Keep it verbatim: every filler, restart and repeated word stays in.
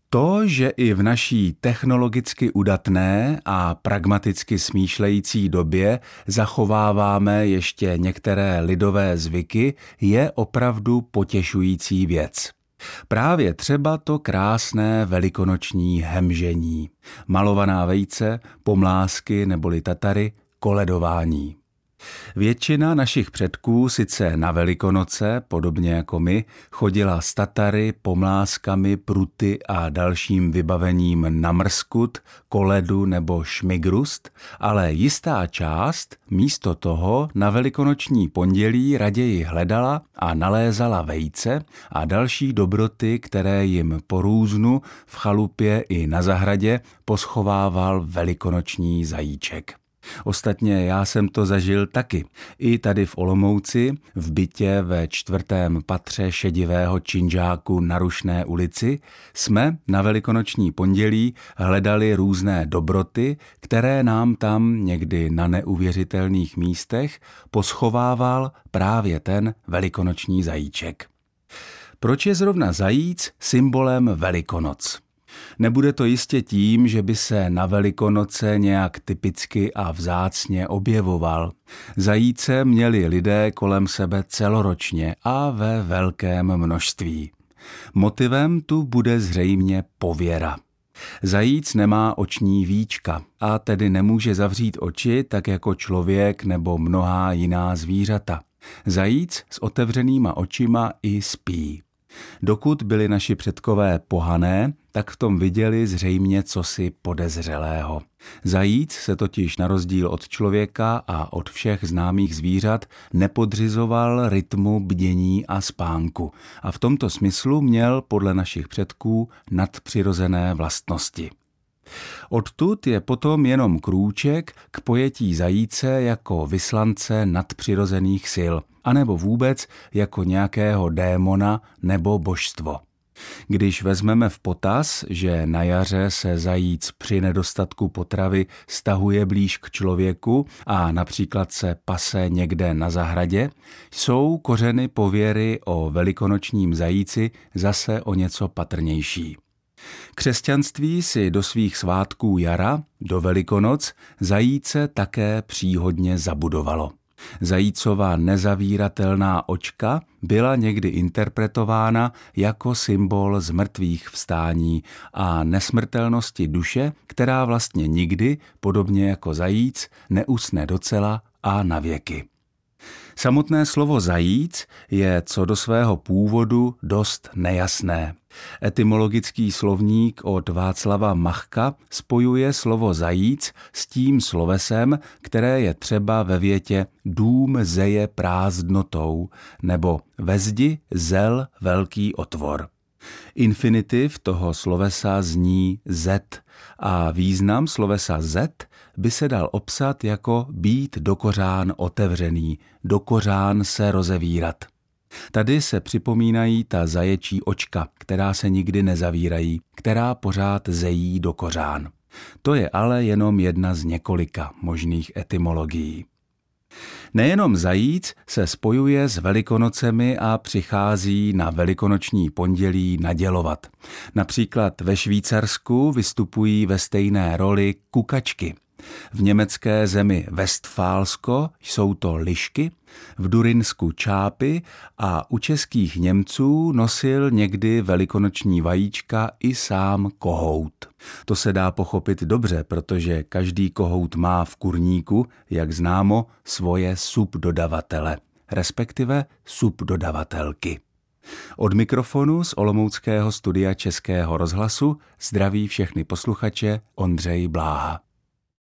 To, že i v naší technologicky udatné a pragmaticky smýšlející době zachováváme ještě některé lidové zvyky, je opravdu potěšující věc. Právě třeba to krásné velikonoční hemžení, malovaná vejce, pomlásky neboli tatary, koledování. Většina našich předků sice na Velikonoce, podobně jako my, chodila s tatary, pomláskami, pruty a dalším vybavením na mrskut, koledu nebo šmigrust, ale jistá část místo toho na velikonoční pondělí raději hledala a nalézala vejce a další dobroty, které jim po různu v chalupě i na zahradě poschovával velikonoční zajíček. Ostatně já jsem to zažil taky. I tady v Olomouci, v bytě ve čtvrtém patře šedivého činžáku na Rušné ulici, jsme na velikonoční pondělí hledali různé dobroty, které nám tam někdy na neuvěřitelných místech poschovával právě ten velikonoční zajíček. Proč je zrovna zajíc symbolem Velikonoc? Nebude to jistě tím, že by se na Velikonoce nějak typicky a vzácně objevoval. Zajíce měli lidé kolem sebe celoročně a ve velkém množství. Motivem tu bude zřejmě pověra. Zajíc nemá oční víčka a tedy nemůže zavřít oči tak jako člověk nebo mnohá jiná zvířata. Zajíc s otevřenýma očima i spí. Dokud byli naši předkové pohané, tak v tom viděli zřejmě cosi podezřelého. Zajíc se totiž na rozdíl od člověka a od všech známých zvířat nepodřizoval rytmu bdění a spánku a v tomto smyslu měl podle našich předků nadpřirozené vlastnosti. Odtud je potom jenom krůček k pojetí zajíce jako vyslance nadpřirozených sil, anebo vůbec jako nějakého démona nebo božstvo. Když vezmeme v potaz, že na jaře se zajíc při nedostatku potravy stahuje blíž k člověku a například se pase někde na zahradě, jsou kořeny pověry o velikonočním zajíci zase o něco patrnější. Křesťanství si do svých svátků jara, do Velikonoc, zajíce také příhodně zabudovalo. Zajícova nezavíratelná očka byla někdy interpretována jako symbol zmrtvých vstání a nesmrtelnosti duše, která vlastně nikdy, podobně jako zajíc, neusne docela a navěky. Samotné slovo zajíc je co do svého původu dost nejasné. Etymologický slovník od Václava Machka spojuje slovo zajíc s tím slovesem, které je třeba ve větě dům zeje prázdnotou nebo ve zdi zel velký otvor. Infinitiv toho slovesa zní zet a význam slovesa zet by se dal opsat jako být dokořán otevřený, dokořán se rozevírat. Tady se připomínají ta zaječí očka, která se nikdy nezavírají, která pořád zejí dokořán. To je ale jenom jedna z několika možných etymologií. Nejenom zajíc se spojuje s Velikonocemi a přichází na velikonoční pondělí nadělovat. Například ve Švýcarsku vystupují ve stejné roli kukačky. V německé zemi Westfálsko jsou to lišky, v Durinsku čápy a u českých Němců nosil někdy velikonoční vajíčka i sám kohout. To se dá pochopit dobře, protože každý kohout má v kurníku, jak známo, svoje subdodavatele, respektive subdodavatelky. Od mikrofonu z olomouckého studia Českého rozhlasu zdraví všechny posluchače Ondřej Bláha.